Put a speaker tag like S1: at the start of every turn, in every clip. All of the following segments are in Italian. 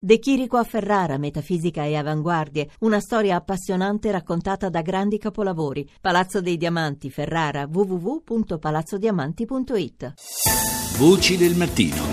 S1: De Chirico a Ferrara, metafisica e avanguardie, una storia appassionante raccontata da grandi capolavori. Palazzo dei Diamanti, Ferrara, www.palazzodiamanti.it.
S2: Voci del mattino.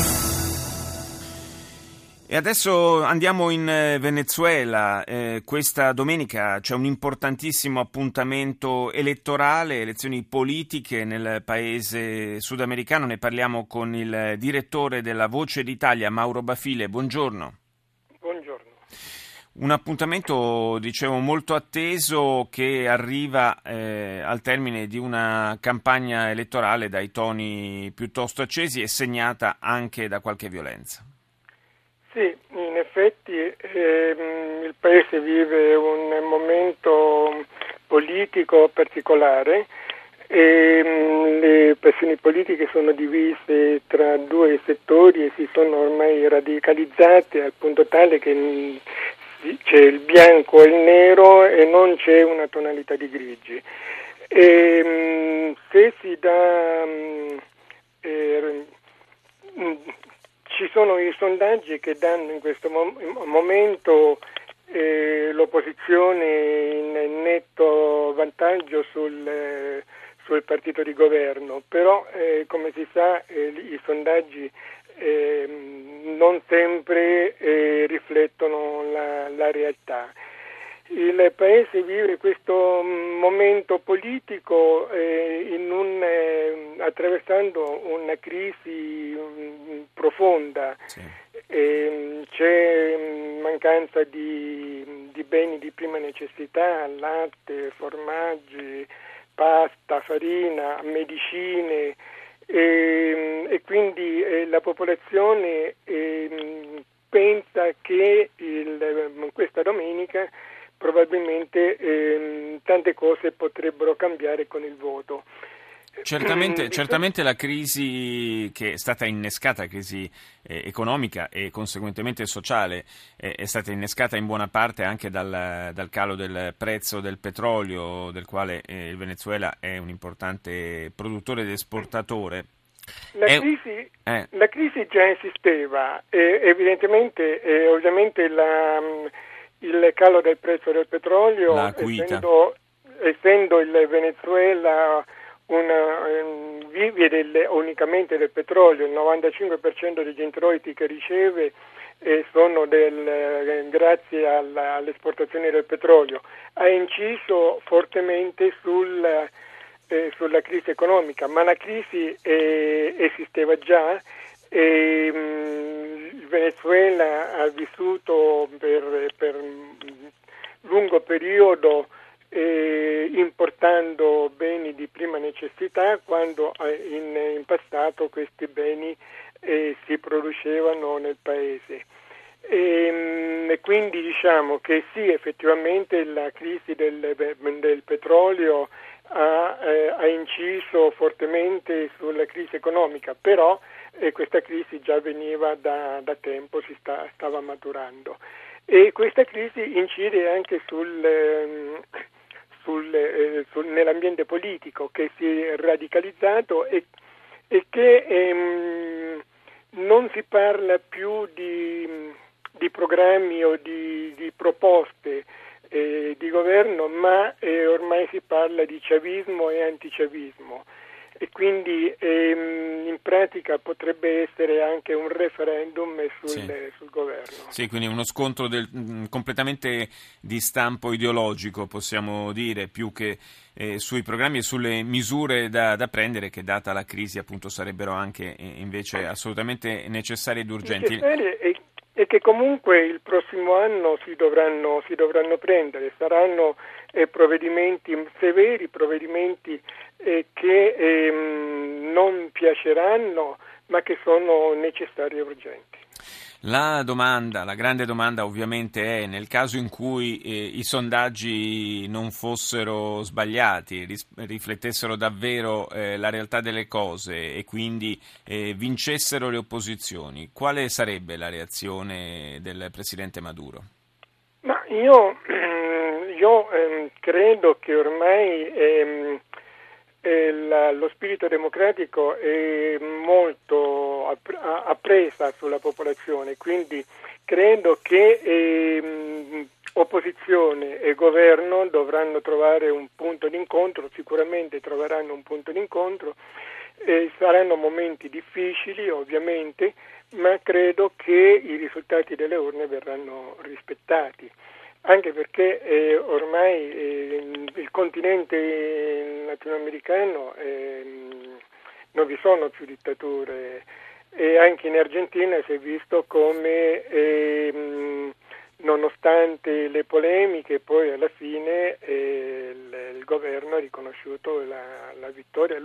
S2: E adesso andiamo in Venezuela. Questa domenica c'è un importantissimo appuntamento elettorale, elezioni politiche nel paese sudamericano. Ne parliamo con il direttore della Voce d'Italia, Mauro Bafile. Buongiorno.
S3: Buongiorno.
S2: Un appuntamento, dicevo, molto atteso che arriva al termine di una campagna elettorale dai toni piuttosto accesi e segnata anche da qualche violenza.
S3: Sì, in effetti il Paese vive un momento politico particolare e le passioni politiche sono divise tra due settori e si sono ormai radicalizzate al punto tale che c'è il bianco e il nero e non c'è una tonalità di grigi. Se si dà ci sono i sondaggi che danno in questo momento l'opposizione in netto vantaggio sul partito di governo, però come si sa i sondaggi non sempre riflettono la realtà. Il Paese vive questo momento politico attraversando una crisi profonda.
S2: Sì.
S3: C'è mancanza di beni di prima necessità, latte, formaggi, pasta, farina, medicine e quindi la popolazione pensa che questa domenica probabilmente tante cose potrebbero cambiare con il voto.
S2: Certamente la crisi che è stata innescata, la crisi economica e conseguentemente sociale, è stata innescata in buona parte anche dal calo del prezzo del petrolio, del quale il Venezuela è un importante produttore ed esportatore.
S3: La crisi già esisteva, evidentemente, ovviamente il calo del prezzo del petrolio, essendo il Venezuela vive unicamente del petrolio, il 95% degli introiti che riceve sono grazie all'esportazione del petrolio, ha inciso fortemente sulla crisi economica, ma la crisi esisteva già. Il Venezuela ha vissuto per lungo periodo importando beni di prima necessità quando in passato questi beni si producevano nel paese. E quindi diciamo che sì, effettivamente la crisi del petrolio ha inciso fortemente sulla crisi economica, però questa crisi già veniva da tempo, stava maturando e questa crisi incide anche nell'ambiente politico che si è radicalizzato e che non si parla più di programmi o di proposte di governo, ma ormai si parla di chavismo e antichavismo e quindi in pratica potrebbe essere anche un referendum sul governo.
S2: Sì, quindi uno scontro completamente di stampo ideologico, possiamo dire, più che sui programmi e sulle misure da prendere, che data la crisi appunto sarebbero anche invece assolutamente necessarie ed urgenti.
S3: E che comunque il prossimo anno si dovranno prendere, saranno provvedimenti severi, provvedimenti che non piaceranno, ma che sono necessari e urgenti.
S2: La grande domanda ovviamente è, nel caso in cui i sondaggi non fossero sbagliati, riflettessero davvero la realtà delle cose e quindi vincessero le opposizioni, quale sarebbe la reazione del presidente Maduro?
S3: Ma io credo che ormai lo spirito democratico è molto appresa sulla popolazione, quindi credo che opposizione e governo dovranno trovare un punto d'incontro, sicuramente troveranno un punto d'incontro, saranno momenti difficili ovviamente, ma credo che i risultati delle urne verranno rispettati, anche perché ormai il continente latinoamericano non vi sono più dittature, e anche in Argentina si è visto come nonostante le polemiche poi alla fine il governo ha riconosciuto la vittoria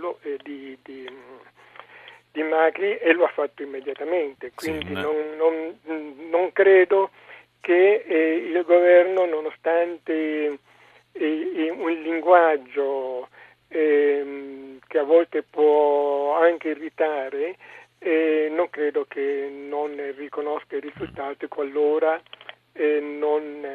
S3: di Macri e lo ha fatto immediatamente, quindi
S2: sì,
S3: non credo che il governo, nonostante un linguaggio che a volte può anche irritare, non credo che non riconosca i risultati qualora non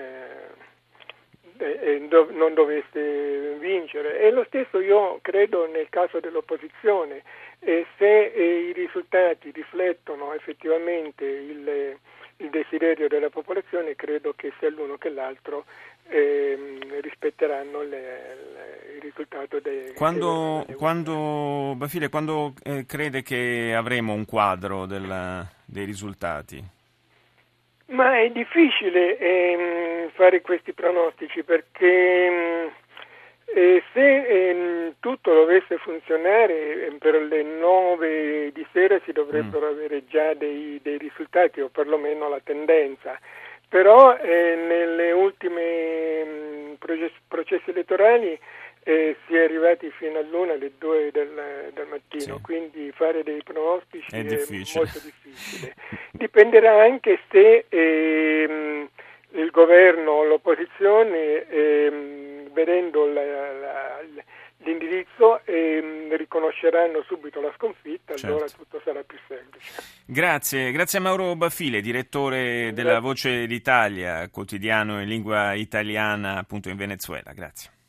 S3: dovesse vincere. E lo stesso io credo nel caso dell'opposizione, se i risultati riflettono effettivamente il desiderio della popolazione, credo che sia l'uno che l'altro rispetteranno il risultato
S2: Quando Bafile, quando crede che avremo un quadro dei risultati?
S3: Ma è difficile fare questi pronostici perché se tutto dovesse funzionare per le 9 di sera si dovrebbero avere già dei risultati o perlomeno la tendenza, però nelle ultime processi elettorali si è arrivati fino all'1, alle 2 del mattino,
S2: Sì.
S3: Quindi fare dei pronostici
S2: È difficile.
S3: molto difficile. Dipenderà anche se il governo o l'opposizione, vedendo l'indirizzo, riconosceranno subito la sconfitta, allora
S2: Certo.
S3: tutto sarà più semplice.
S2: Grazie a Mauro Bafile, direttore della Voce d'Italia, quotidiano in lingua italiana appunto in Venezuela. Grazie.